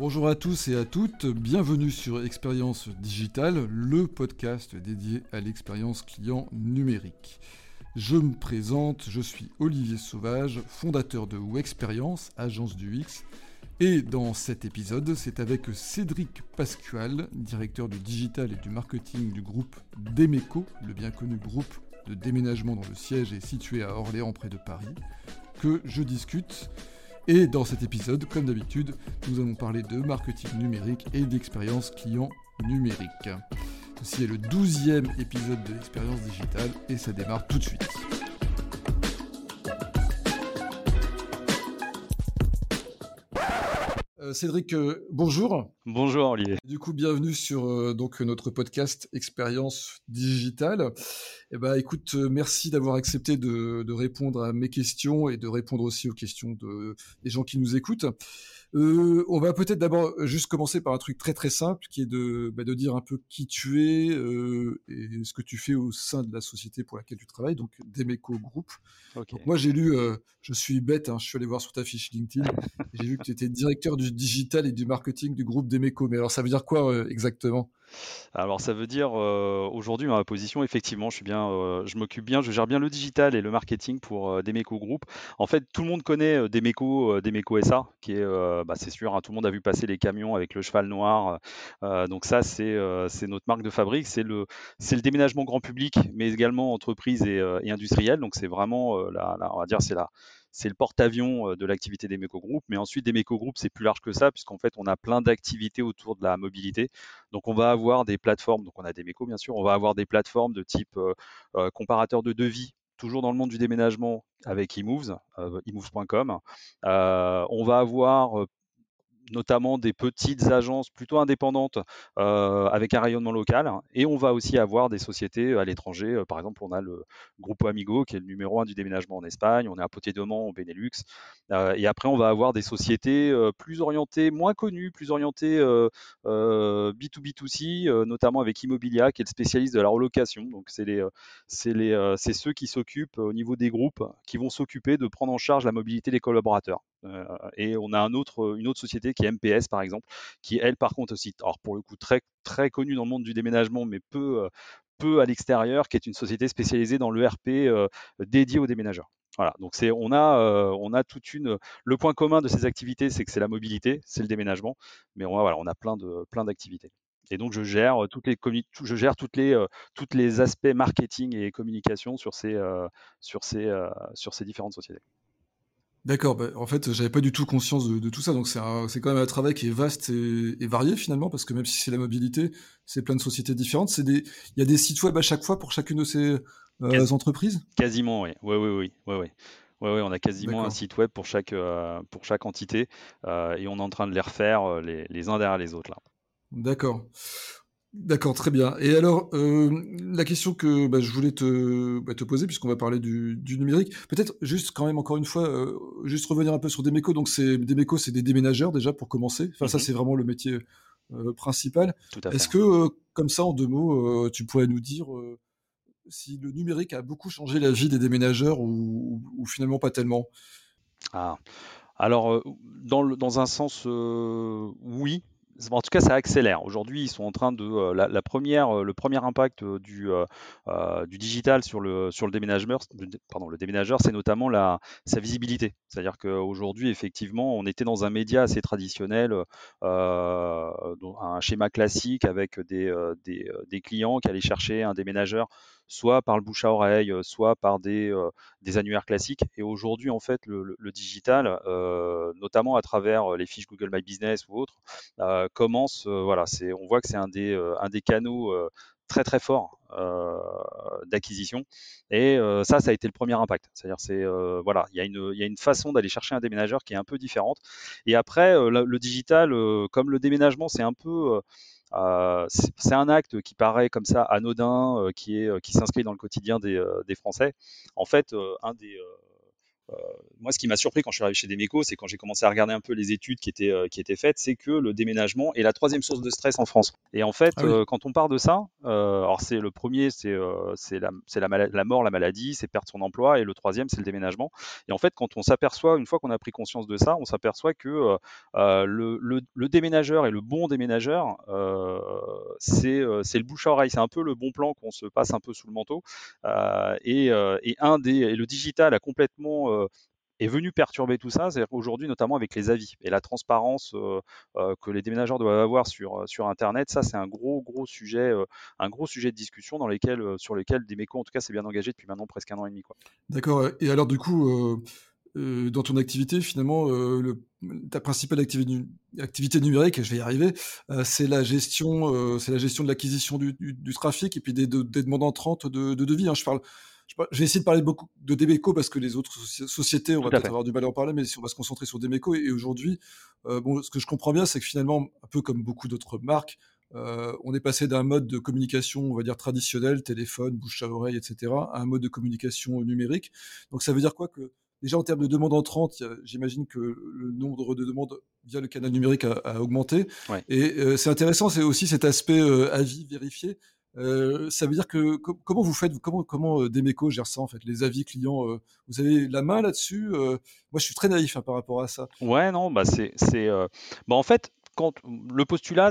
Bonjour à tous et à toutes, bienvenue sur Expérience Digitale, le podcast dédié à l'expérience client numérique. Je me présente, je suis Olivier Sauvage, fondateur de Wexperience, agence du X, et dans cet épisode, c'est avec Cédric Pascual, directeur du digital et du marketing du groupe Demeco, le bien connu groupe de déménagement dont le siège est situé à Orléans près de Paris, que je discute. Et dans cet épisode, comme d'habitude, nous allons parler de marketing numérique et d'expérience client numérique. Ceci est le 12e épisode de l'expérience digitale et ça démarre tout de suite. Cédric, bonjour. Bonjour Olivier. Du coup, bienvenue sur donc notre podcast Expérience Digitale. Écoute, merci d'avoir accepté de répondre à mes questions et de répondre aussi aux questions des gens qui nous écoutent. On va peut-être d'abord juste commencer par un truc très très simple qui est de dire un peu qui tu es et ce que tu fais au sein de la société pour laquelle tu travailles, donc Demeco Group. Okay. Donc moi j'ai lu, je suis bête, je suis allé voir sur ta fiche LinkedIn, et j'ai vu que tu étais directeur du digital et du marketing du groupe Demeco. Mais alors ça veut dire quoi exactement ? Alors ça veut dire aujourd'hui ma position, effectivement, je m'occupe bien, je gère bien le digital et le marketing pour Demeco Group. En fait, tout le monde connaît Demeco SA, qui est, c'est sûr, tout le monde a vu passer les camions avec le cheval noir. Donc ça, c'est notre marque de fabrique, c'est le déménagement grand public, mais également entreprise et industriel. Donc c'est vraiment on va dire c'est le porte-avions de l'activité Demeco Group. Mais ensuite, Demeco Group, c'est plus large que ça, puisqu'en fait, on a plein d'activités autour de la mobilité. Donc, on va avoir des plateformes, donc on a Demeco bien sûr, on va avoir des plateformes de type comparateur de devis, toujours dans le monde du déménagement avec eMoves, eMoves.com. On va avoir notamment des petites agences plutôt indépendantes avec un rayonnement local. Et on va aussi avoir des sociétés à l'étranger. Par exemple, on a le Grupo Amigo, qui est le numéro 1 du déménagement en Espagne. On est à Potier de Mans au Benelux. Et après, on va avoir des sociétés plus orientées, moins connues, plus orientées B2B2C, notamment avec Immobilia, qui est le spécialiste de la relocation. Donc, c'est ceux qui s'occupent au niveau des groupes, qui vont s'occuper de prendre en charge la mobilité des collaborateurs. Et on a une autre société qui est MPS par exemple, qui elle par contre aussi, alors pour le coup très très connue dans le monde du déménagement, mais peu à l'extérieur, qui est une société spécialisée dans l'ERP dédié aux déménageurs. Voilà, donc on a le point commun de ces activités, c'est que c'est la mobilité, c'est le déménagement, mais on a plein d'activités. Et donc je gère toutes les aspects marketing et communication sur ces différentes sociétés. D'accord, en fait, j'avais pas du tout conscience de tout ça, donc c'est quand même un travail qui est vaste et varié finalement, parce que même si c'est la mobilité, c'est plein de sociétés différentes. Il y a des sites web à chaque fois pour chacune de ces entreprises ? Quasiment, oui. Oui. On a quasiment un site web pour chaque entité et on est en train de les refaire les uns derrière les autres là. D'accord, très bien. Et alors, la question que je voulais te poser, puisqu'on va parler du numérique, peut-être juste quand même encore une fois, juste revenir un peu sur Demeco. Donc Demeco, c'est des déménageurs déjà pour commencer. Enfin, ça c'est vraiment le métier principal. Tout à fait. Est-ce que, comme ça en deux mots, tu pourrais nous dire si le numérique a beaucoup changé la vie des déménageurs ou finalement pas tellement ? Alors, dans un sens, oui. En tout cas, ça accélère. Aujourd'hui, ils sont en train de le premier impact du digital sur le déménageur, le déménageur, c'est notamment sa visibilité. C'est-à-dire qu'aujourd'hui, effectivement, on était dans un média assez traditionnel, un schéma classique avec des clients qui allaient chercher un déménageur soit par le bouche à oreille, soit par des annuaires classiques. Et aujourd'hui, en fait, le digital, notamment à travers les fiches Google My Business ou autres, commence. On voit que c'est un des canaux très très fort d'acquisition. Et ça a été le premier impact. C'est-à-dire, il y a une façon d'aller chercher un déménageur qui est un peu différente. Et après, le digital, comme le déménagement, c'est un peu c'est un acte qui paraît comme ça anodin, qui s'inscrit dans le quotidien des Français. En fait, moi, ce qui m'a surpris quand je suis arrivé chez Demeco, c'est quand j'ai commencé à regarder un peu les études qui étaient faites, c'est que le déménagement est la troisième source de stress en France. Et en fait, Ah oui. quand on part de ça, alors c'est le premier, c'est la mort, la maladie, c'est perdre son emploi, et le troisième, c'est le déménagement. Et en fait, quand on s'aperçoit, une fois qu'on a pris conscience de ça, on s'aperçoit que le déménageur et le bon déménageur, c'est le bouche à oreille, c'est un peu le bon plan qu'on se passe un peu sous le manteau. Et le digital a complètement est venu perturber tout ça, c'est-à-dire qu'aujourd'hui, notamment avec les avis et la transparence que les déménageurs doivent avoir sur Internet, ça c'est un gros sujet de discussion sur lesquels Demeco en tout cas s'est bien engagé depuis maintenant presque un an et demi, quoi. D'accord. Et alors du coup, dans ton activité, finalement, ta principale activité numérique, je vais y arriver, c'est la gestion de l'acquisition du trafic et puis des demandes entrantes de devis, hein. Je vais essayer de parler beaucoup de Demeco parce que les autres sociétés, on Tout va à peut-être fait. avoir du mal à en parler, mais si on va se concentrer sur Demeco et aujourd'hui, bon, ce que je comprends bien, c'est que finalement, un peu comme beaucoup d'autres marques, on est passé d'un mode de communication, on va dire traditionnel, téléphone, bouche à oreille et cetera, à un mode de communication numérique. Donc ça veut dire quoi? Que déjà en termes de demandes entrantes, j'imagine que le nombre de demandes via le canal numérique a augmenté Ouais. et c'est intéressant, c'est aussi cet aspect, avis vérifié. Ça veut dire que comment vous faites? Comment Demeco gère ça en fait? Les avis clients, vous avez la main là-dessus? Moi je suis très naïf, hein, par rapport à ça. Ouais, non, bah en fait, quand le postulat,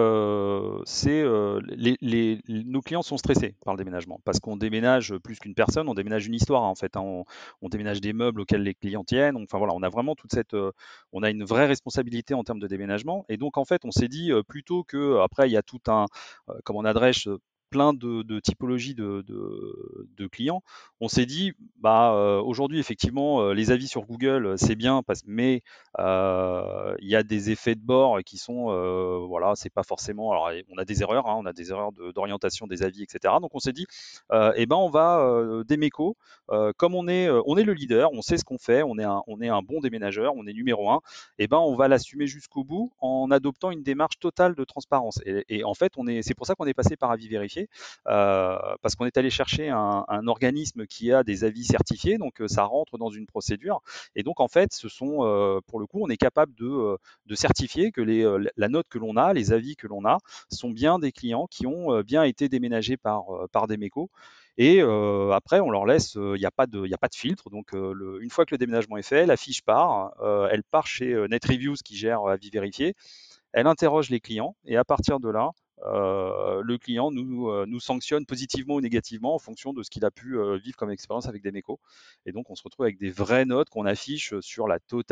nos clients sont stressés par le déménagement parce qu'on déménage plus qu'une personne, on déménage une histoire en fait, hein. On déménage des meubles auxquels les clients tiennent. Enfin voilà, on a vraiment on a une vraie responsabilité en termes de déménagement. Et donc en fait, on s'est dit plutôt que après il y a tout un, comment on adresse plein de typologies de clients, on s'est dit, bah, aujourd'hui, effectivement, les avis sur Google, c'est bien, mais il y a des effets de bord qui sont, voilà, c'est pas forcément. Alors, on a des erreurs, hein, on a des erreurs d'orientation des avis, etc. Donc, on s'est dit, eh ben, on va Demeco, comme on est le leader, on sait ce qu'on fait, on est un bon déménageur, on est numéro un. Eh ben, on va l'assumer jusqu'au bout en adoptant une démarche totale de transparence. Et en fait, c'est pour ça qu'on est passé par avis vérifié, parce qu'on est allé chercher un organisme qui a des avis certifiés, donc ça rentre dans une procédure. Et donc en fait, pour le coup, on est capable de certifier que la note que l'on a, les avis que l'on a, sont bien des clients qui ont bien été déménagés par Demeco. Et après, on leur laisse, il n'y a pas y a pas de filtre. Donc, une fois que le déménagement est fait, la fiche part, elle part chez NetReviews qui gère avis vérifié. Elle interroge les clients et à partir de là, le client nous sanctionne positivement ou négativement en fonction de ce qu'il a pu vivre comme expérience avec des mécos. Et donc, on se retrouve avec des vraies notes qu'on affiche sur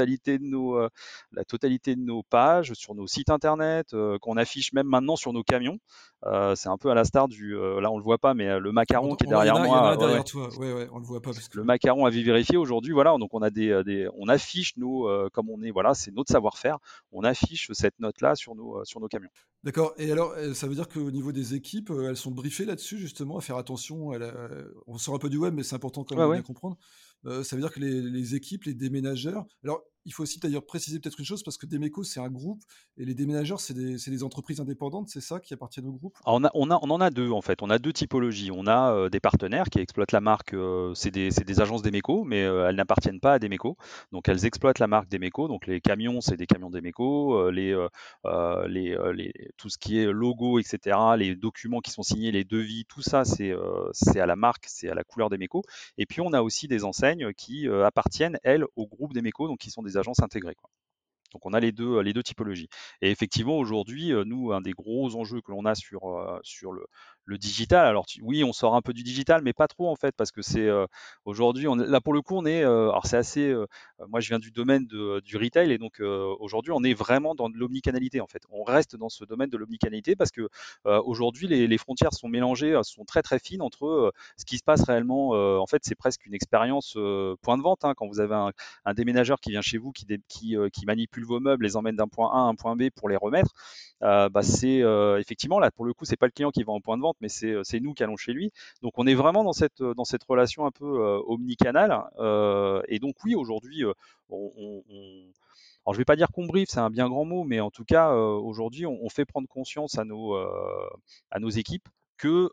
la totalité de nos pages, sur nos sites internet, qu'on affiche même maintenant sur nos camions. C'est un peu à la star là on le voit pas, mais le macaron qui est derrière Il y en a moi, un ouais, ouais, derrière toi. Ouais, ouais, on le voit pas parce que le macaron à vie vérifiée aujourd'hui, voilà, donc on a on affiche comme on est, voilà, c'est notre savoir-faire, on affiche cette note-là sur nos camions. d'accord. Et alors, ça veut dire qu'au niveau des équipes, elles sont briefées là-dessus justement, à faire attention, on sort un peu du web, mais c'est important quand même Ouais, de ouais. bien comprendre. Ça veut dire que les équipes, les déménageurs alors il faut aussi d'ailleurs préciser peut-être une chose parce que Demeco, c'est un groupe et les déménageurs, c'est des entreprises indépendantes, c'est ça, qui appartiennent au groupe? Alors on en a deux en fait. On a deux typologies. On a des partenaires qui exploitent la marque. C'est des agences Demeco, mais elles n'appartiennent pas à Demeco. Donc elles exploitent la marque Demeco. Donc les camions, c'est des camions Demeco. Tout ce qui est logo, etc. Les documents qui sont signés, les devis, tout ça, c'est à la marque, c'est à la couleur Demeco. Et puis on a aussi des enseignes qui appartiennent elles au groupe Demeco, donc qui sont des agences intégrées, quoi. Donc on a les deux typologies. Et effectivement, aujourd'hui, nous, un des gros enjeux que l'on a sur le digital, alors oui, on sort un peu du digital, mais pas trop en fait, parce que aujourd'hui, là pour le coup, alors c'est assez, moi je viens du domaine du retail, et donc aujourd'hui, on est vraiment dans de l'omnicanalité en fait. On reste dans ce domaine de l'omnicanalité parce que aujourd'hui, les frontières sont mélangées, sont très très fines entre ce qui se passe réellement. En fait, c'est presque une expérience point de vente, hein, quand vous avez un déménageur qui vient chez vous, qui manipule vos meubles, les emmène d'un point A à un point B pour les remettre, bah c'est effectivement là pour le coup c'est pas le client qui va en point de vente, mais c'est nous qui allons chez lui. Donc on est vraiment dans cette relation un peu omnicanal. Et donc oui aujourd'hui alors je vais pas dire qu'on brief, c'est un bien grand mot, mais en tout cas aujourd'hui on fait prendre conscience à nos équipes que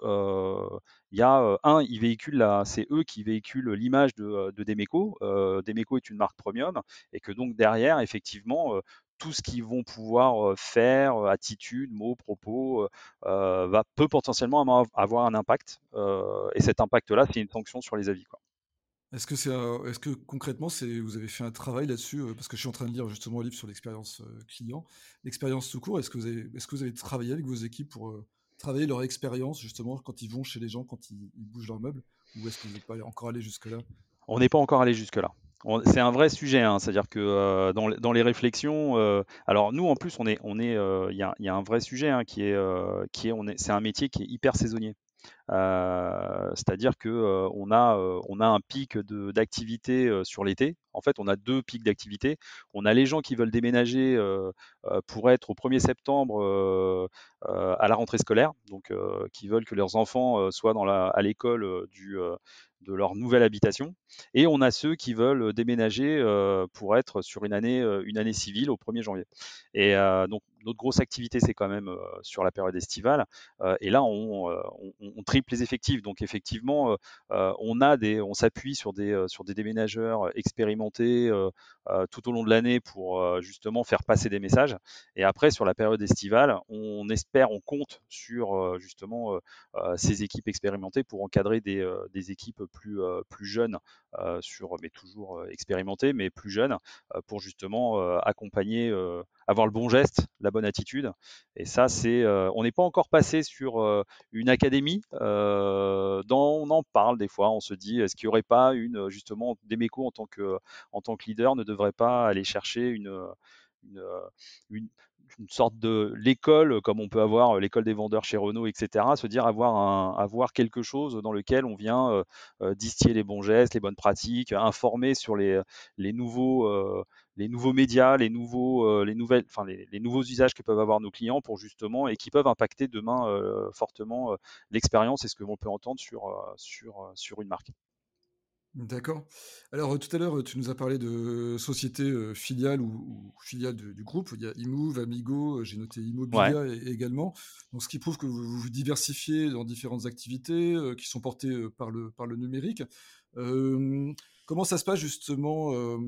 ils véhiculent c'est eux qui véhiculent l'image de Demeco. Demeco est une marque premium et que donc derrière, effectivement, tout ce qu'ils vont pouvoir faire, attitude, mots, propos, peut potentiellement avoir un impact. Et cet impact-là, c'est une sanction sur les avis, quoi. Est-ce que concrètement, vous avez fait un travail là-dessus, parce que je suis en train de lire justement un livre sur l'expérience client, l'expérience tout court. Est-ce que vous avez travaillé avec vos équipes pour travailler leur expérience justement quand ils vont chez les gens, quand ils bougent leurs meubles, ou est-ce que vous n'êtes pas encore allé jusque-là? On n'est pas encore allé jusque-là. C'est un vrai sujet, hein, c'est-à-dire que dans les réflexions, alors nous en plus il y a un vrai sujet, hein, c'est un métier qui est hyper saisonnier. C'est-à-dire que on a un pic d'activité sur l'été. En fait, on a deux pics d'activité. On a les gens qui veulent déménager pour être au 1er septembre à la rentrée scolaire, donc qui veulent que leurs enfants soient à l'école de leur nouvelle habitation. Et on a ceux qui veulent déménager pour être sur une année civile au 1er janvier. Et donc notre grosse activité, c'est quand même sur la période estivale. Et là, on triple les effectifs. Donc effectivement, on s'appuie sur des déménageurs expérimentés tout au long de l'année pour justement faire passer des messages. Et après, sur la période estivale, on compte sur justement ces équipes expérimentées pour encadrer des équipes plus jeunes, mais toujours expérimentées, mais plus jeunes, pour justement accompagner, avoir le bon geste, la bonne attitude. Et ça, on n'est pas encore passé sur une académie. On en parle des fois. On se dit, est-ce qu'il n'y aurait pas justement, Demeco en tant que leader ne devrait pas aller chercher une, une, une sorte de l'école, comme on peut avoir l'école des vendeurs chez Renault, etc. Se dire avoir quelque chose dans lequel on vient distiller les bons gestes, les bonnes pratiques, informer sur les nouveaux les nouveaux médias, les nouveaux usages que peuvent avoir nos clients pour justement et qui peuvent impacter demain fortement l'expérience et ce que l'on peut entendre sur une marque. D'accord. Alors, tout à l'heure, tu nous as parlé de sociétés, filiales ou filiales du groupe. Il y a Imove, Amigo, j'ai noté Ouais. Immobilia également. Donc ce qui prouve que vous vous diversifiez dans différentes activités, qui sont portées, par le numérique. Hem, Comment ça se passe justement,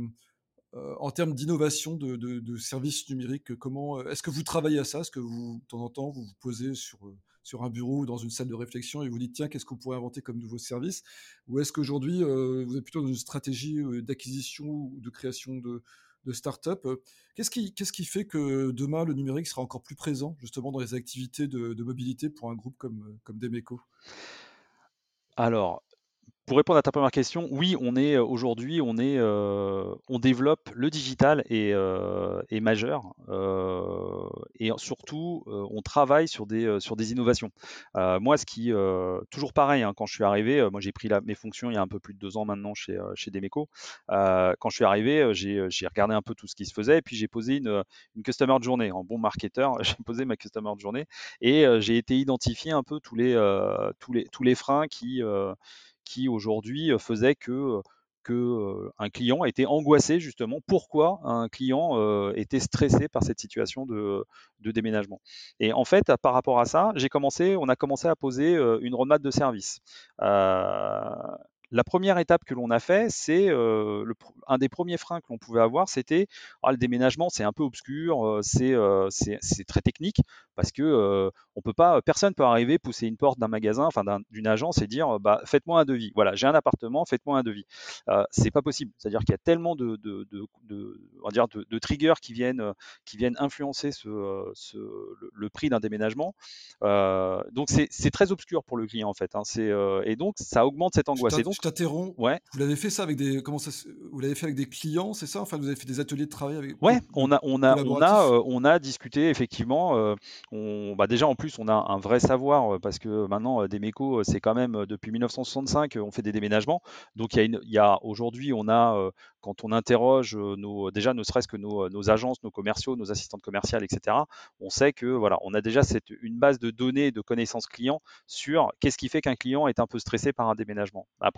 en termes d'innovation de services numériques? Comment, est-ce que vous travaillez à ça? Est-ce que vous, de temps en temps, vous vous posez sur un bureau ou dans une salle de réflexion et vous dites: «Tiens, qu'est-ce qu'on pourrait inventer comme nouveau service?» Ou est-ce qu'aujourd'hui, vous êtes plutôt dans une stratégie, d'acquisition ou de création de start-up? Qu'est-ce qui fait que demain, le numérique sera encore plus présent, justement, dans les activités de mobilité pour un groupe comme Demeco? Alors, pour répondre à ta première question, oui, aujourd'hui, on développe le digital est majeur, et surtout, on travaille sur des innovations. Moi, toujours pareil, hein, quand je suis arrivé, moi j'ai pris mes fonctions il y a un peu plus de 2 ans maintenant chez Demeco. Quand je suis arrivé, j'ai regardé un peu tout ce qui se faisait et puis j'ai posé une customer journey. En bon marketeur, j'ai posé ma customer journey et j'ai été identifier un peu tous les freins qui aujourd'hui faisait que un client était angoissé justement. Pourquoi un client était stressé par cette situation de déménagement? Et en fait, par rapport à ça, on a commencé à poser une roadmap de service. La première étape que l'on a fait, c'est un des premiers freins que l'on pouvait avoir, c'était le déménagement, c'est un peu obscur, c'est très technique parce que personne peut arriver, pousser une porte d'un magasin, enfin d'une agence et dire bah, faites-moi un devis. Voilà, j'ai un appartement, faites-moi un devis. C'est pas possible. C'est-à-dire qu'il y a tellement on va dire de triggers qui viennent influencer le prix d'un déménagement. Donc c'est très obscur pour le client en fait. Hein. Et donc ça augmente cette angoisse. Et donc Je t'interromps. ouais, Vous l'avez fait ça avec vous l'avez fait avec des clients, c'est ça? Enfin, vous avez fait des ateliers de travail avec ouais, collaboratifs? on a discuté effectivement. Déjà en plus on a un vrai savoir parce que maintenant Demeco c'est quand même depuis 1965 on fait des déménagements. Donc il y a aujourd'hui quand on interroge déjà ne serait-ce que nos agences, nos commerciaux, nos assistantes commerciales, etc. On sait que voilà on a déjà une base de données de connaissances clients sur qu'est-ce qui fait qu'un client est un peu stressé par un déménagement. Après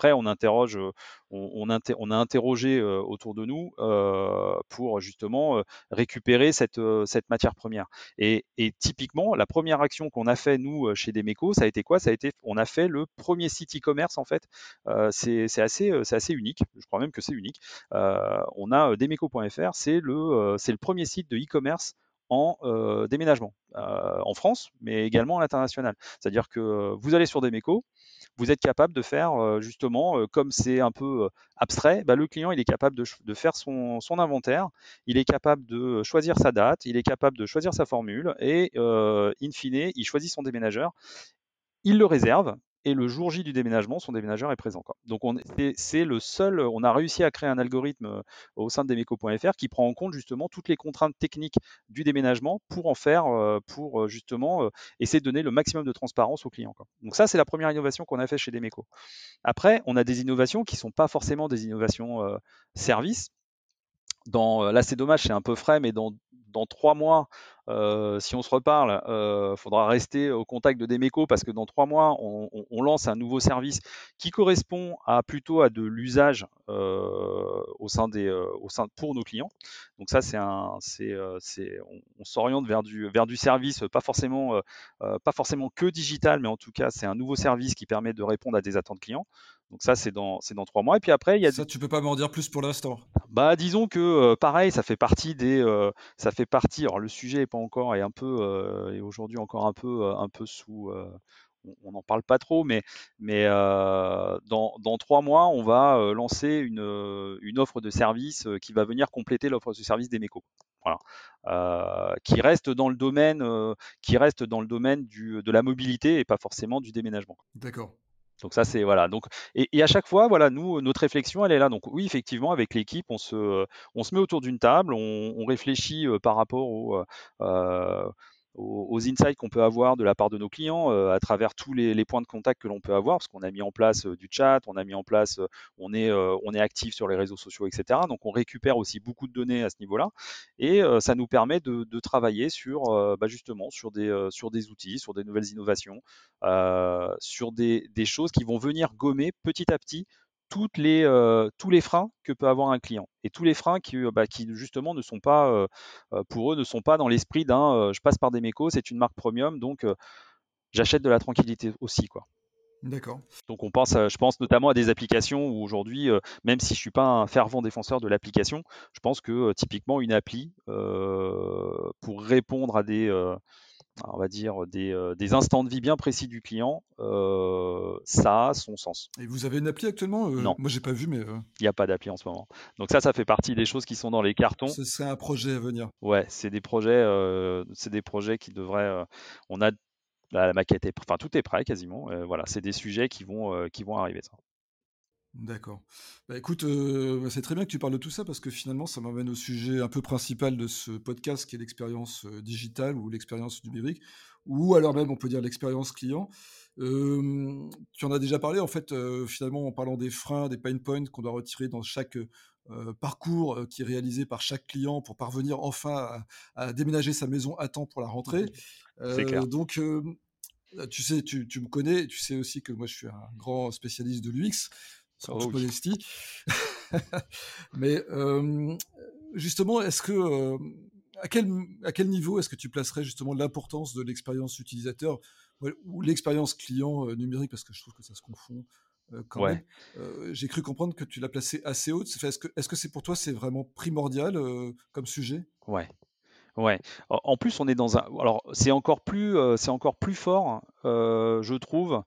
après, on a interrogé autour de nous pour justement récupérer cette matière première. Et typiquement, la première action qu'on a fait nous chez Demeco, ça a été quoi? Ça a été, on a fait le premier site e-commerce en fait. C'est assez unique. Je crois même que c'est unique. On a Demeco.fr, c'est le premier site de e-commerce en déménagement en France, mais également à l'international. C'est-à-dire que vous allez sur Demeco, vous êtes capable de faire justement, comme c'est un peu abstrait, bah, le client il est capable de faire son inventaire, il est capable de choisir sa date, il est capable de choisir sa formule et in fine, il choisit son déménageur, il le réserve et le jour J du déménagement, son déménageur est présent, quoi. Donc c'est le seul, on a réussi à créer un algorithme au sein de Demeco.fr qui prend en compte justement toutes les contraintes techniques du déménagement pour en faire, pour justement essayer de donner le maximum de transparence aux clients, quoi. Donc ça, c'est la première innovation qu'on a fait chez Demeco. Après, on a des innovations qui ne sont pas forcément des innovations services. Là, c'est dommage, c'est un peu frais, mais dans 3 mois, si on se reparle, faudra rester au contact de Demeco parce que dans 3 mois, on lance un nouveau service qui correspond plutôt à de l'usage pour nos clients. Donc ça, on s'oriente vers du service, pas forcément que digital, mais en tout cas, c'est un nouveau service qui permet de répondre à des attentes clients. Donc ça, c'est dans 3 mois. Et puis après, il y a Ça, tu peux pas m'en dire plus pour l'instant. bah, disons que pareil, ça fait partie. Alors le sujet est pas encore est un peu est aujourd'hui encore un peu sous. On n'en parle pas trop, mais dans 3 mois, on va lancer une offre de service qui va venir compléter l'offre de service des mécos. Voilà. Qui reste dans le domaine de la mobilité et pas forcément du déménagement. D'accord. Donc ça c'est voilà. Donc et à chaque fois voilà nous notre réflexion elle est là. Donc oui effectivement avec l'équipe on se met autour d'une table, on réfléchit par rapport euh, aux insights qu'on peut avoir de la part de nos clients à travers tous les points de contact que l'on peut avoir parce qu'on a mis en place du chat, on a mis en place on est actif sur les réseaux sociaux etc. Donc on récupère aussi beaucoup de données à ce niveau-là et ça nous permet de travailler sur bah, justement sur des outils, sur des nouvelles innovations sur des choses qui vont venir gommer petit à petit tous les freins que peut avoir un client et tous les freins qui justement ne sont pas pour eux ne sont pas dans l'esprit d'un je passe par des mécos, c'est une marque premium donc j'achète de la tranquillité aussi quoi. D'accord. Donc je pense notamment à des applications où aujourd'hui, même si je suis pas un fervent défenseur de l'application, je pense que typiquement une appli pour répondre à on va dire, des instants de vie bien précis du client, ça a son sens. Et vous avez une appli actuellement? Non, Moi, j'ai pas vu, mais il n'y a pas d'appli en ce moment. Donc ça fait partie des choses qui sont dans les cartons. ce serait un projet à venir. Ouais, c'est des projets qui devraient. On a la maquette enfin tout est prêt quasiment. Voilà, c'est des sujets qui vont arriver. Ça. D'accord. Bah, écoute, bah, c'est très bien que tu parles de tout ça parce que finalement, ça m'amène au sujet un peu principal de ce podcast qui est l'expérience digitale ou l'expérience numérique, ou alors même on peut dire l'expérience client. Tu en as déjà parlé en fait, finalement en parlant des freins, des pain points qu'on doit retirer dans chaque parcours qui est réalisé par chaque client pour parvenir enfin à déménager sa maison à temps pour la rentrée. C'est clair. Donc, tu sais, tu me connais, tu sais aussi que moi je suis un grand spécialiste de l'UX, sans Oh toute oui. modestie. Mais justement, est-ce que à quel niveau est-ce que tu placerais justement l'importance de l'expérience utilisateur ou l'expérience client numérique parce que je trouve que ça se confond quand même. Ouais, J'ai cru comprendre que tu l'as placé assez haute. Enfin, est-ce que c'est pour toi c'est vraiment primordial comme sujet? ouais. Ouais. En plus, on est dans un. Alors, c'est encore plus fort, je trouve,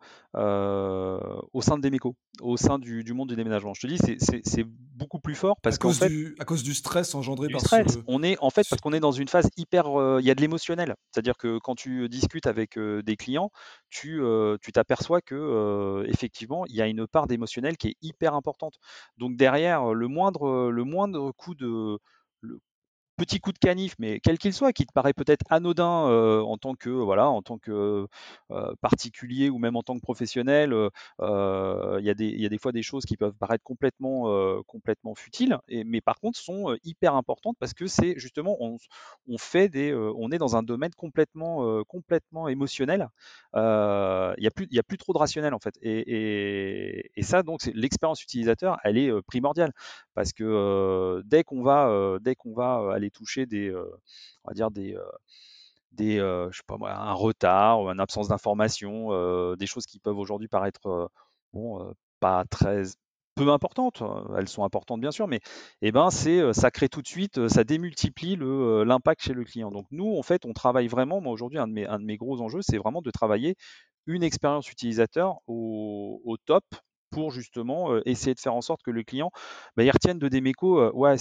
au sein de Demeco, au sein du monde du déménagement. Je te dis, c'est beaucoup plus fort parce qu'en fait, À cause du stress engendré du par stress. ce, On est en fait ce- parce qu'on est dans une phase hyper. Il y a de l'émotionnel. C'est-à-dire que quand tu discutes avec des clients, tu t'aperçois que effectivement, il y a une part d'émotionnel qui est hyper importante. Donc derrière, le moindre coup de petit coup de canif, mais quel qu'il soit, qui te paraît peut-être anodin en tant que voilà, en tant que particulier ou même en tant que professionnel, il y a des fois des choses qui peuvent paraître complètement futiles, mais par contre sont hyper importantes parce que c'est justement on est dans un domaine complètement émotionnel. Il y a plus trop de rationnel en fait, et ça donc l'expérience utilisateur, elle est primordiale parce que dès qu'on va aller toucher on va dire je sais pas moi, un retard ou une absence d'information, des choses qui peuvent aujourd'hui paraître bon, pas très peu importantes, elles sont importantes bien sûr, mais eh ben ça crée tout de suite, ça démultiplie l'impact chez le client. Donc nous, en fait, on travaille vraiment, moi aujourd'hui, un de mes gros enjeux, c'est vraiment de travailler une expérience utilisateur au top pour justement essayer de faire en sorte que le client, bah, il retienne de Demeco, ouais,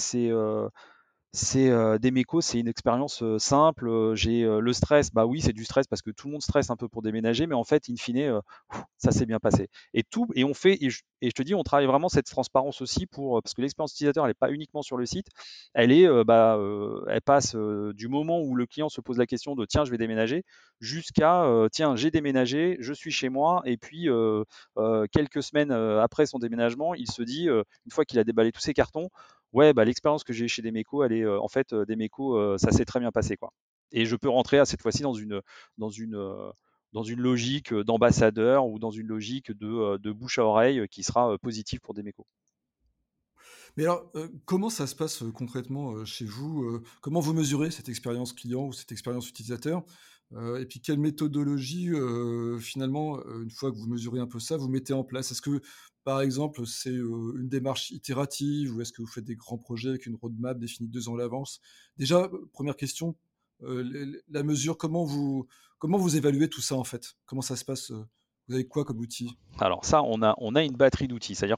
Demeco, c'est une expérience simple. J'ai le stress, bah oui, c'est du stress parce que tout le monde stresse un peu pour déménager, mais en fait, in fine, ça s'est bien passé. Et on fait, et je te dis, on travaille vraiment cette transparence aussi parce que l'expérience utilisateur, elle n'est pas uniquement sur le site, elle passe du moment où le client se pose la question de tiens, je vais déménager, jusqu'à tiens, j'ai déménagé, je suis chez moi, et puis quelques semaines après son déménagement, il se dit, une fois qu'il a déballé tous ses cartons, ouais, bah, l'expérience que j'ai chez Demeco, elle est en fait Demeco, ça s'est très bien passé quoi. Et je peux rentrer à cette fois-ci dans une euh, dans une logique d'ambassadeur ou dans une logique de bouche à oreille qui sera positive pour Demeco. Mais alors, comment ça se passe concrètement chez vous? Comment vous mesurez cette expérience client ou cette expérience utilisateur? Et puis quelle méthodologie, finalement, une fois que vous mesurez un peu ça, vous mettez en place? Est-ce que, par exemple, c'est une démarche itérative ou est-ce que vous faites des grands projets avec une roadmap définie 2 ans à l'avance? Déjà, première question, la mesure, comment vous évaluez tout ça en fait? Comment ça se passe? Vous avez quoi comme outil? Alors ça, on a une batterie d'outils, c'est-à-dire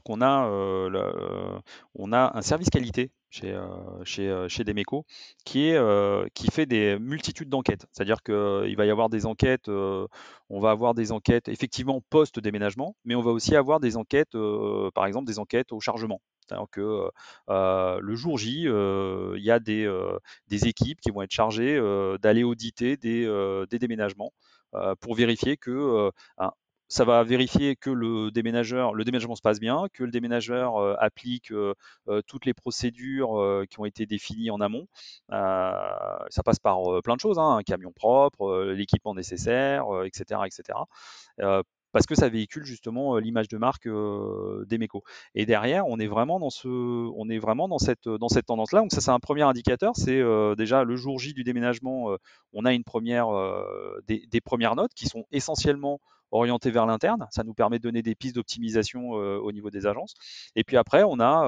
on a un service qualité chez Demeco qui fait des multitudes d'enquêtes. C'est-à-dire qu'il va y avoir des enquêtes, on va avoir des enquêtes effectivement post-déménagement, mais on va aussi avoir des enquêtes, par exemple des enquêtes au chargement. C'est-à-dire que le jour J, il y a des équipes qui vont être chargées d'aller auditer des déménagements pour vérifier que un, ça va vérifier que le déménagement se passe bien, que le déménageur applique toutes les procédures qui ont été définies en amont. Ça passe par plein de choses, hein, un camion propre, l'équipement nécessaire, etc., etc. Euh, Parce que ça véhicule justement l'image de marque d'Emeco. Et derrière, on est vraiment dans cette tendance-là. Donc ça, c'est un premier indicateur. C'est déjà le jour J du déménagement, on a des premières notes qui sont essentiellement orienté vers l'interne. Ça nous permet de donner des pistes d'optimisation au niveau des agences. Et puis après, on a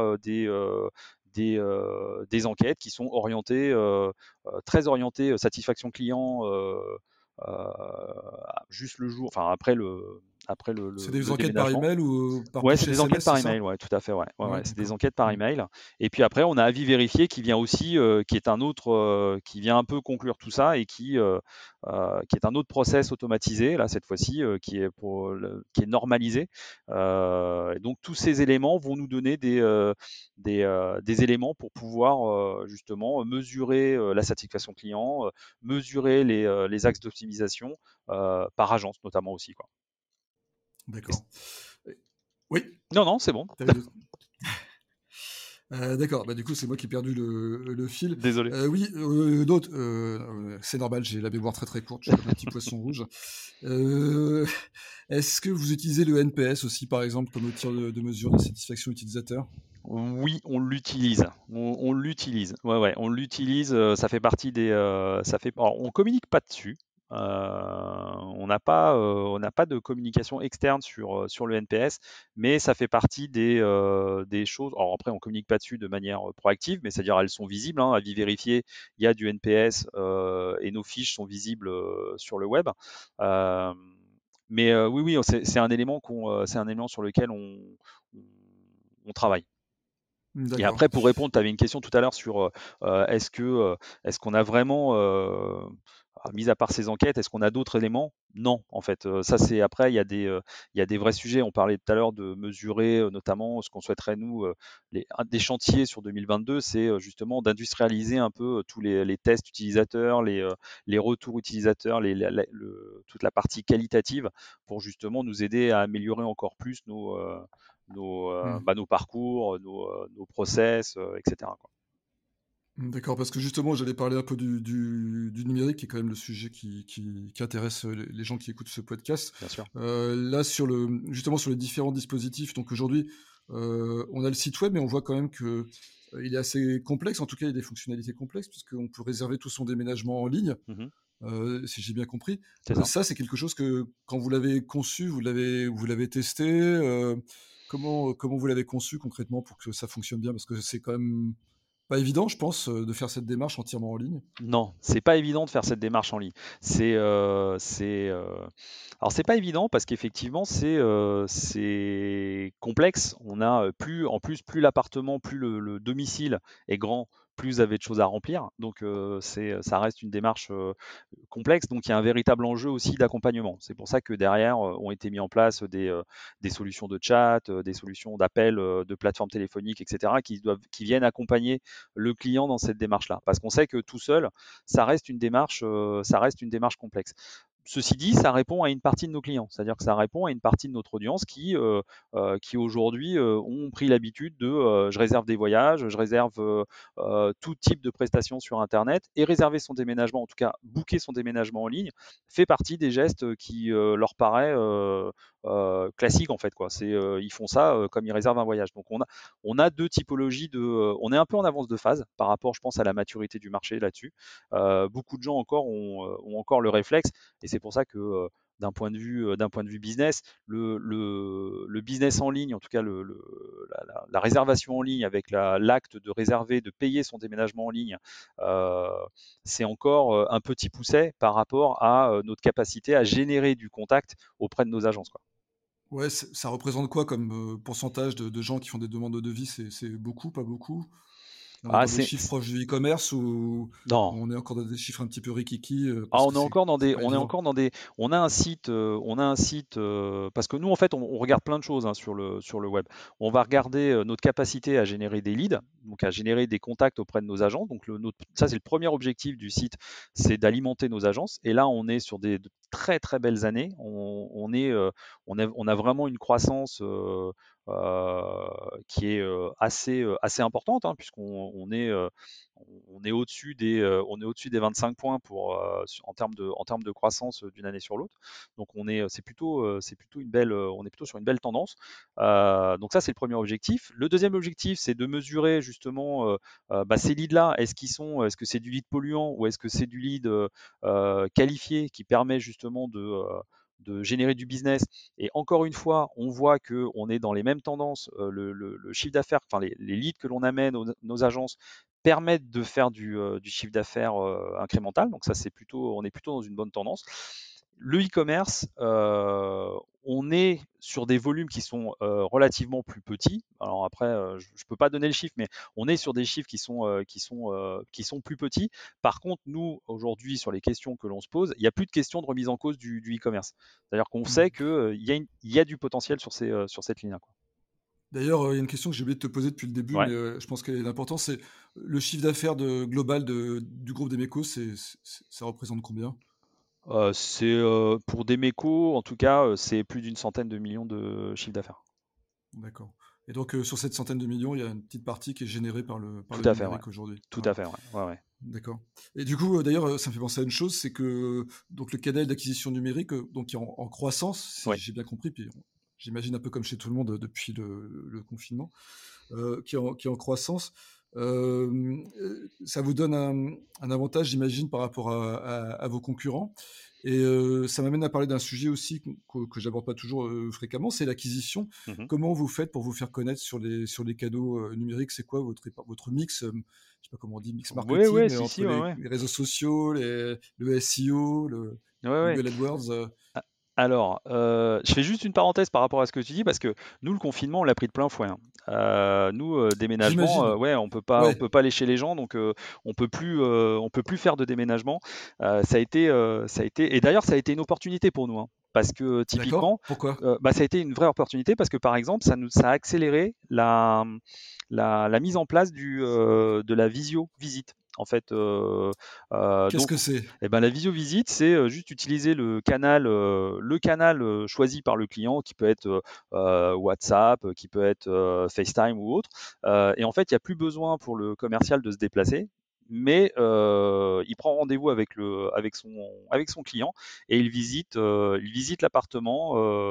des enquêtes qui sont très orientées satisfaction client, euh, juste le jour, enfin C'est des le enquêtes par déménagement. email ou par Ouais, c'est push des enquêtes SMS, c'est par ça? email, ouais, tout à fait, ouais. Ouais, Ouais, ouais, c'est des d'accord. enquêtes par Mmh. email. Et puis après, on a avis vérifié qui vient aussi, qui vient un peu conclure tout ça et qui est un autre process automatisé, là, cette fois-ci, qui est normalisé. Et donc, tous ces éléments vont nous donner des éléments pour pouvoir justement mesurer la satisfaction client, mesurer les axes d'optimisation par agence, notamment aussi, quoi. Et D'accord. Et oui, non, non, c'est bon. tu avais d'accord, bah, du coup, c'est moi qui ai perdu le fil. Désolé. Oui, d'autres, c'est normal, j'ai la mémoire très, très courte, je suis comme un petit poisson rouge. Heu, Est-ce que vous utilisez le NPS aussi, par exemple, comme outil de mesure de satisfaction utilisateur? Oui, on l'utilise. On l'utilise. Ouais, ouais, on l'utilise. Ça fait partie alors, on communique pas dessus. On n'a pas de communication externe sur le NPS, mais ça fait partie des choses. Alors après, on communique pas dessus de manière proactive, mais c'est-à-dire elles sont visibles. Hein, avis vérifié, il y a du NPS et nos fiches sont visibles sur le web. Euh, mais oui, oui, c'est un élément sur lequel on on travaille. Et D'accord. après, pour répondre, tu avais une question tout à l'heure sur est-ce qu'on a vraiment mis à part ces enquêtes, est-ce qu'on a d'autres éléments? Non, en fait. Ça, c'est après, il y a des vrais sujets. On parlait tout à l'heure de mesurer, notamment ce qu'on souhaiterait nous, un des chantiers sur 2022, c'est justement d'industrialiser un peu tous les tests utilisateurs, les retours utilisateurs, toute la partie qualitative pour justement nous aider à améliorer encore plus Hmm. nos parcours, nos process, etc., quoi. D'accord, parce que justement, j'allais parler un peu du numérique, qui est quand même le sujet qui intéresse les gens qui écoutent ce podcast. Bien sûr. Là, justement, sur les différents dispositifs, donc aujourd'hui, on a le site web, mais on voit quand même que il est assez complexe. En tout cas, il y a des fonctionnalités complexes, puisqu'on peut réserver tout son déménagement en ligne, Mhm. si j'ai bien compris. C'est ça. Ça, c'est quelque chose que, quand vous l'avez conçu, vous l'avez testé. Comment vous l'avez conçu concrètement pour que ça fonctionne bien? Parce que c'est quand même pas évident, je pense, de faire cette démarche entièrement en ligne. Non, c'est pas évident de faire cette démarche en ligne. Alors c'est pas évident parce qu'effectivement c'est complexe. On a en plus plus l'appartement, plus le domicile est grand, plus vous avez de choses à remplir. Donc ça reste une démarche complexe. Donc il y a un véritable enjeu aussi d'accompagnement. C'est pour ça que derrière ont été mis en place des solutions de chat, des solutions d'appel, de plateformes téléphoniques, etc., qui viennent accompagner le client dans cette démarche-là. Parce qu'on sait que tout seul, ça reste une démarche complexe. Ceci dit, ça répond à une partie de nos clients, c'est-à-dire que ça répond à une partie de notre audience qui aujourd'hui ont pris l'habitude de je réserve des voyages, je réserve tout type de prestations sur Internet et réserver son déménagement, en tout cas booker son déménagement en ligne, fait partie des gestes qui leur paraît classiques en fait, quoi. Ils font ça comme ils réservent un voyage. Donc on a deux typologies on est un peu en avance de phase par rapport, je pense, à la maturité du marché là-dessus. Beaucoup de gens encore ont encore le réflexe et c'est pour ça que d'un point de vue business, le business en ligne, en tout cas la réservation en ligne avec l'acte de réserver, de payer son déménagement en ligne, euh, c'est encore un petit pousset par rapport à notre capacité à générer du contact auprès de nos agences, quoi. Ouais, ça représente quoi comme pourcentage de gens qui font des demandes de devis? C'est beaucoup, pas beaucoup? On est Ah, dans des chiffres proches du e-commerce, ou non, on est encore dans des chiffres un petit peu rikiki, ah, parce que c'est pas on est évident? encore dans des, on a un site, parce que nous en fait on regarde plein de choses, hein, sur le web. On va regarder notre capacité à générer des leads, donc à générer des contacts auprès de nos agents. Donc ça c'est le premier objectif du site, c'est d'alimenter nos agences. Et là on est sur de très très belles années. On a vraiment une croissance qui est assez importante, hein, puisqu'on on est au-dessus des 25 points en termes de croissance d'une année sur l'autre. Donc c'est plutôt une belle, on est plutôt sur une belle tendance. Donc ça c'est le premier objectif. Le deuxième objectif c'est de mesurer justement ces leads-là. Est-ce que c'est du lead polluant ou est-ce que c'est du lead qualifié qui permet justement de générer du business. Et encore une fois, on voit que on est dans les mêmes tendances. Le chiffre d'affaires, enfin les leads que l'on amène nos agences permettent de faire du chiffre d'affaires incrémental. Donc ça, on est plutôt dans une bonne tendance. Le e-commerce, on est sur des volumes qui sont relativement plus petits. Alors après, je ne peux pas donner le chiffre, mais on est sur des chiffres qui sont plus petits. Par contre, nous, aujourd'hui, sur les questions que l'on se pose, il n'y a plus de questions de remise en cause du e-commerce. C'est-à-dire qu'on Mmh. sait qu'il y a du potentiel sur cette ligne-là, quoi. D'ailleurs, il y a une question que j'ai oublié de te poser depuis le début, Ouais. mais je pense qu'elle est importante, c'est le chiffre d'affaires global du groupe Demeco, ça représente combien? Pour des mécos, en tout cas, c'est plus d'une centaine de millions de chiffre d'affaires. D'accord. Et donc, sur cette centaine de millions, il y a une petite partie qui est générée par Tout le à fait, ouais. numérique aujourd'hui. Tout Ouais. à fait, ouais. Ouais, ouais. D'accord. Et du coup, d'ailleurs, ça me fait penser à une chose, c'est que donc le canal d'acquisition numérique, donc qui est en croissance, si Ouais. j'ai bien compris, puis j'imagine un peu comme chez tout le monde depuis le confinement, qui est en croissance. Ça vous donne un avantage, j'imagine, par rapport à vos concurrents. Et ça m'amène à parler d'un sujet aussi que j'aborde pas toujours fréquemment, c'est l'acquisition. Mhm. Comment vous faites pour vous faire connaître sur les canaux numériques? C'est quoi votre mix, je sais pas comment on dit, mix Ouais, ouais, marketing, si, entre si, ouais, ouais. les réseaux sociaux, le SEO, le Ouais, ouais. Google AdWords? A- Alors, je fais juste une parenthèse par rapport à ce que tu dis, parce que nous, le confinement, on l'a pris de plein fouet, hein. Nous, déménagement, J'imagine. ouais, on Ouais, peut pas aller chez les gens, donc on peut plus faire de déménagement. Ça a été, et d'ailleurs, ça a été une opportunité pour nous, hein, parce que d'accord. typiquement, Pourquoi? bah, ça a été une vraie opportunité parce que par exemple, ça a accéléré la mise en place de la visio visite. En fait, Qu'est-ce donc, que c'est? eh ben, la visio-visite, c'est juste utiliser le canal choisi par le client, qui peut être WhatsApp, qui peut être FaceTime ou autre. Et en fait, il n'y a plus besoin pour le commercial de se déplacer, mais il prend rendez-vous avec son client et il visite l'appartement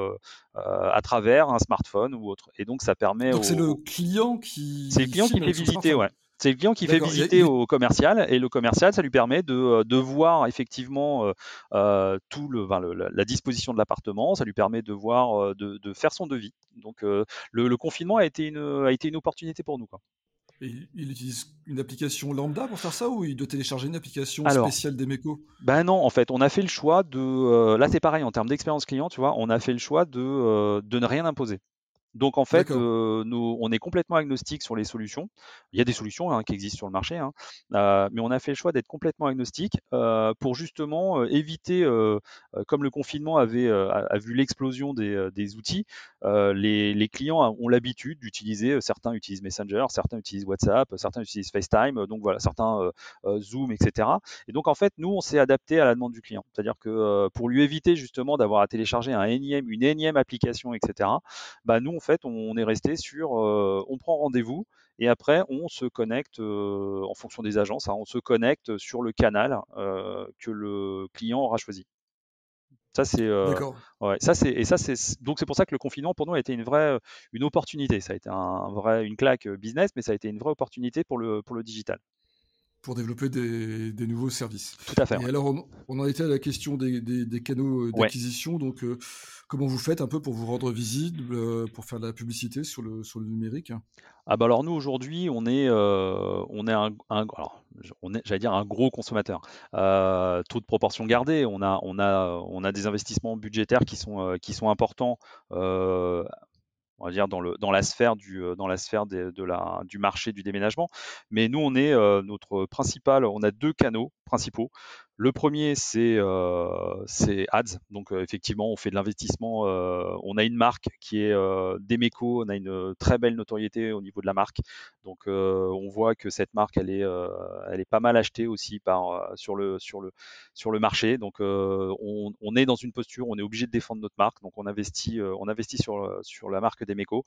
à travers un smartphone ou autre. Et donc, ça permet Donc c'est le au, client c'est le qui client qui filme fait avec son visiter, smartphone. ouais. C'est le client qui fait D'accord. visiter au commercial et le commercial, ça lui permet de voir effectivement enfin, la disposition de l'appartement, ça lui permet de voir, de faire son devis. Donc le confinement a été une opportunité pour nous, quoi. Et il utilise une application lambda pour faire ça ou il doit télécharger une application Alors, spéciale d'Emeco? ben non, en fait, on a fait le choix là c'est pareil en termes d'expérience client, tu vois, on a fait le choix de ne rien imposer. Donc en fait, D'accord. on est complètement agnostique sur les solutions. Il y a des solutions, hein, qui existent sur le marché, hein, mais on a fait le choix d'être complètement agnostique pour justement éviter, comme le confinement a vu l'explosion des outils, les clients ont l'habitude d'utiliser, certains utilisent Messenger, certains utilisent WhatsApp, certains utilisent FaceTime, donc voilà, certains Zoom, etc. Et donc en fait, nous, on s'est adapté à la demande du client. C'est-à-dire que pour lui éviter justement d'avoir à télécharger une énième application, etc., bah, nous, en fait, on est resté sur, on prend rendez-vous et après, on se connecte en fonction des agences, hein, on se connecte sur le canal que le client aura choisi. Ça, c'est D'accord. ouais, ça, c'est donc c'est pour ça que le confinement pour nous a été une opportunité. Ça a été une claque business, mais ça a été une vraie opportunité pour le digital. Pour développer des nouveaux services. Tout à fait, Et ouais. alors, on en était à la question des canaux Ouais. d'acquisition. Donc, comment vous faites un peu pour vous rendre visible, pour faire de la publicité sur le numérique? Ah bah alors nous aujourd'hui on est j'allais dire un gros consommateur. Toute proportion gardée, on a des investissements budgétaires qui sont importants, heu, on va dire dans la sphère du marché du déménagement. Mais nous, on a deux canaux principaux. Le premier, c'est Ads. Donc effectivement, on fait de l'investissement. On a une marque qui est Demeco. On a une très belle notoriété au niveau de la marque. Donc on voit que cette marque, elle est pas mal achetée aussi sur le marché. Donc on est dans une posture, on est obligé de défendre notre marque. Donc on investit sur la marque Demeco.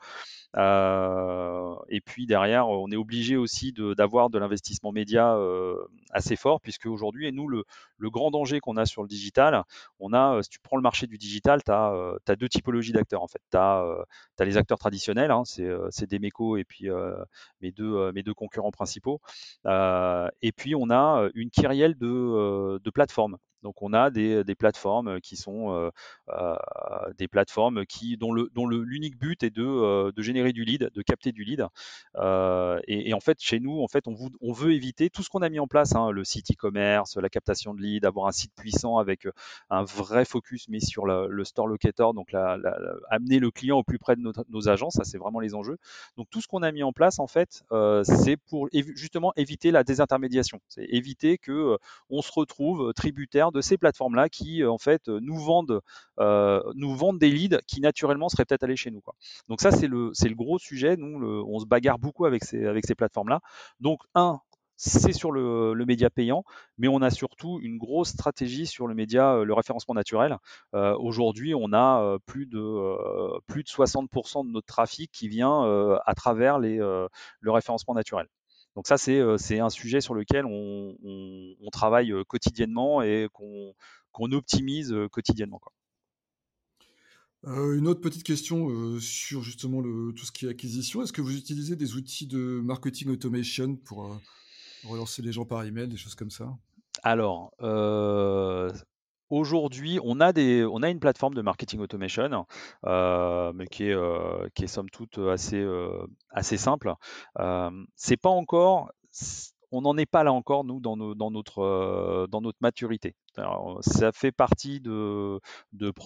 Et puis derrière, on est obligé aussi d'avoir de l'investissement média assez fort, puisque aujourd'hui, et nous, le grand danger qu'on a sur le digital, si tu prends le marché du digital, tu as deux typologies d'acteurs en fait. Tu as les acteurs traditionnels, hein, c'est Demeco et puis mes deux concurrents principaux. Et puis on a une kyrielle de plateformes. Donc on a des plateformes qui sont euh, des plateformes dont l'unique but est de générer du lead, de capter du lead. Et en fait, chez nous, en fait, on veut éviter tout ce qu'on a mis en place, hein, le site e-commerce, la captation de lead, avoir un site puissant avec un vrai focus mis sur le store locator, donc amener le client au plus près de nos agences, ça c'est vraiment les enjeux. Donc tout ce qu'on a mis en place, en fait, c'est pour justement éviter la désintermédiation, c'est éviter que on se retrouve tributaire de ces plateformes-là qui, en fait, nous vendent des leads qui naturellement seraient peut-être allés chez nous, quoi. Donc ça, c'est le gros sujet. Nous, on se bagarre beaucoup avec ces plateformes-là. Donc, c'est sur le média payant, mais on a surtout une grosse stratégie sur le média, le référencement naturel. Aujourd'hui, on a plus de 60% de notre trafic qui vient à travers le référencement naturel. Donc ça, c'est un sujet sur lequel on travaille quotidiennement et qu'on optimise quotidiennement, quoi. Une autre petite question, sur justement tout ce qui est acquisition. Est-ce que vous utilisez des outils de marketing automation pour, relancer les gens par email, des choses comme ça? Alors, aujourd'hui, on a une plateforme de marketing automation, mais qui est somme toute assez simple. C'est pas encore, on n'en est pas là encore, nous, dans notre maturité. Alors, ça fait partie de projets.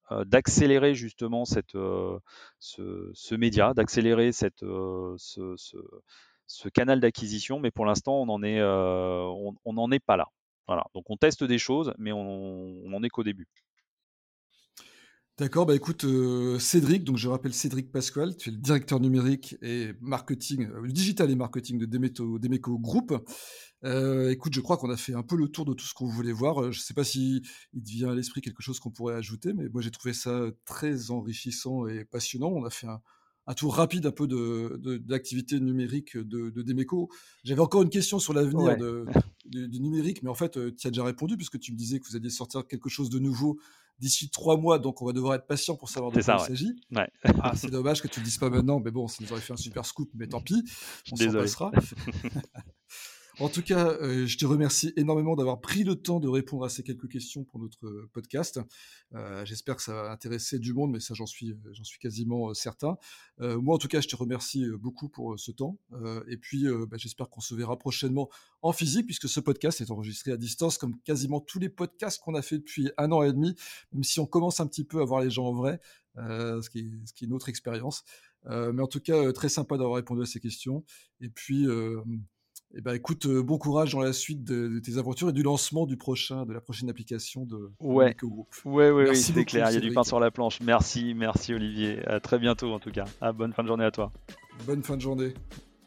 d'accélérer justement ce média, d'accélérer ce canal d'acquisition, mais pour l'instant, on n'en est pas là. Voilà. Donc on teste des choses, mais on n'en est qu'au début. D'accord, bah écoute, Cédric, donc je rappelle Cédric Pasquale, tu es le directeur numérique et marketing, digital et marketing de Demeco Group. Écoute, je crois qu'on a fait un peu le tour de tout ce qu'on voulait voir. Je ne sais pas si il te vient à l'esprit quelque chose qu'on pourrait ajouter, mais moi j'ai trouvé ça très enrichissant et passionnant. On a fait un tour rapide un peu d'activité numérique de Demeco. J'avais encore une question sur l'avenir Ouais, du numérique, mais en fait, tu as déjà répondu puisque tu me disais que vous alliez sortir quelque chose de nouveau d'ici 3 mois, donc on va devoir être patient pour savoir de c'est quoi ça, il ouais. s'agit. Ouais, Ah, c'est dommage que tu le dises pas maintenant, mais bon, ça nous aurait fait un super scoop, mais tant pis, je suis on s'en désolé. passera. En tout cas, je te remercie énormément d'avoir pris le temps de répondre à ces quelques questions pour notre podcast. J'espère que ça va intéresser du monde, mais ça, j'en suis quasiment certain. Moi, en tout cas, je te remercie beaucoup pour ce temps. Et puis, j'espère qu'on se verra prochainement en physique, puisque ce podcast est enregistré à distance, comme quasiment tous les podcasts qu'on a fait depuis 1 an et demi, même si on commence un petit peu à voir les gens en vrai, ce qui est une autre expérience. Mais en tout cas, très sympa d'avoir répondu à ces questions. Et puis, eh ben, écoute, bon courage dans la suite de tes aventures et du lancement de la prochaine application de Ouais, Meco Group. oui, Merci c'est beaucoup, clair. Il y a du pain Cédric. sur la planche. Merci Olivier. À très bientôt en tout cas. Bonne fin de journée à toi. Bonne fin de journée.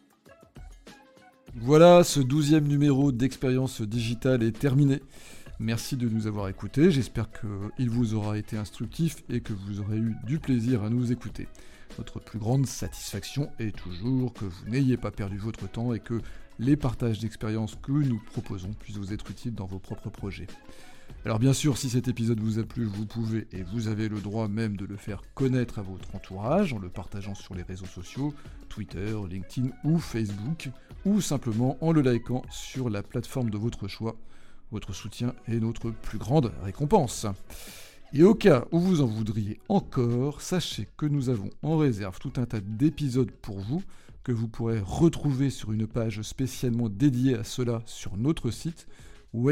Voilà, ce 12e numéro d'Expérience Digitale est terminé. Merci de nous avoir écoutés. J'espère qu'il vous aura été instructif et que vous aurez eu du plaisir à nous écouter. Notre plus grande satisfaction est toujours que vous n'ayez pas perdu votre temps et que les partages d'expériences que nous proposons puissent vous être utiles dans vos propres projets. Alors bien sûr, si cet épisode vous a plu, vous pouvez et vous avez le droit même de le faire connaître à votre entourage en le partageant sur les réseaux sociaux, Twitter, LinkedIn ou Facebook, ou simplement en le likant sur la plateforme de votre choix. Votre soutien est notre plus grande récompense. Et au cas où vous en voudriez encore, sachez que nous avons en réserve tout un tas d'épisodes pour vous, que vous pourrez retrouver sur une page spécialement dédiée à cela sur notre site, ou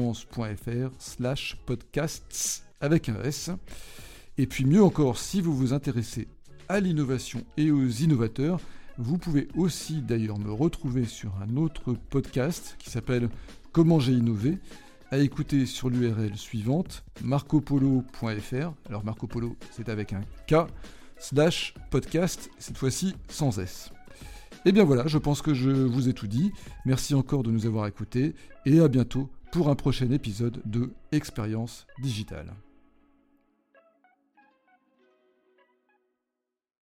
expérience.fr/podcasts avec un S. Et puis mieux encore, si vous vous intéressez à l'innovation et aux innovateurs, vous pouvez aussi d'ailleurs me retrouver sur un autre podcast qui s'appelle Comment j'ai innové, à écouter sur l'URL suivante, marcopolo.fr. Alors Marco Polo, c'est avec un K, /podcast, cette fois-ci sans S. Et bien voilà, je pense que je vous ai tout dit. Merci encore de nous avoir écoutés et à bientôt pour un prochain épisode de Expérience Digitale.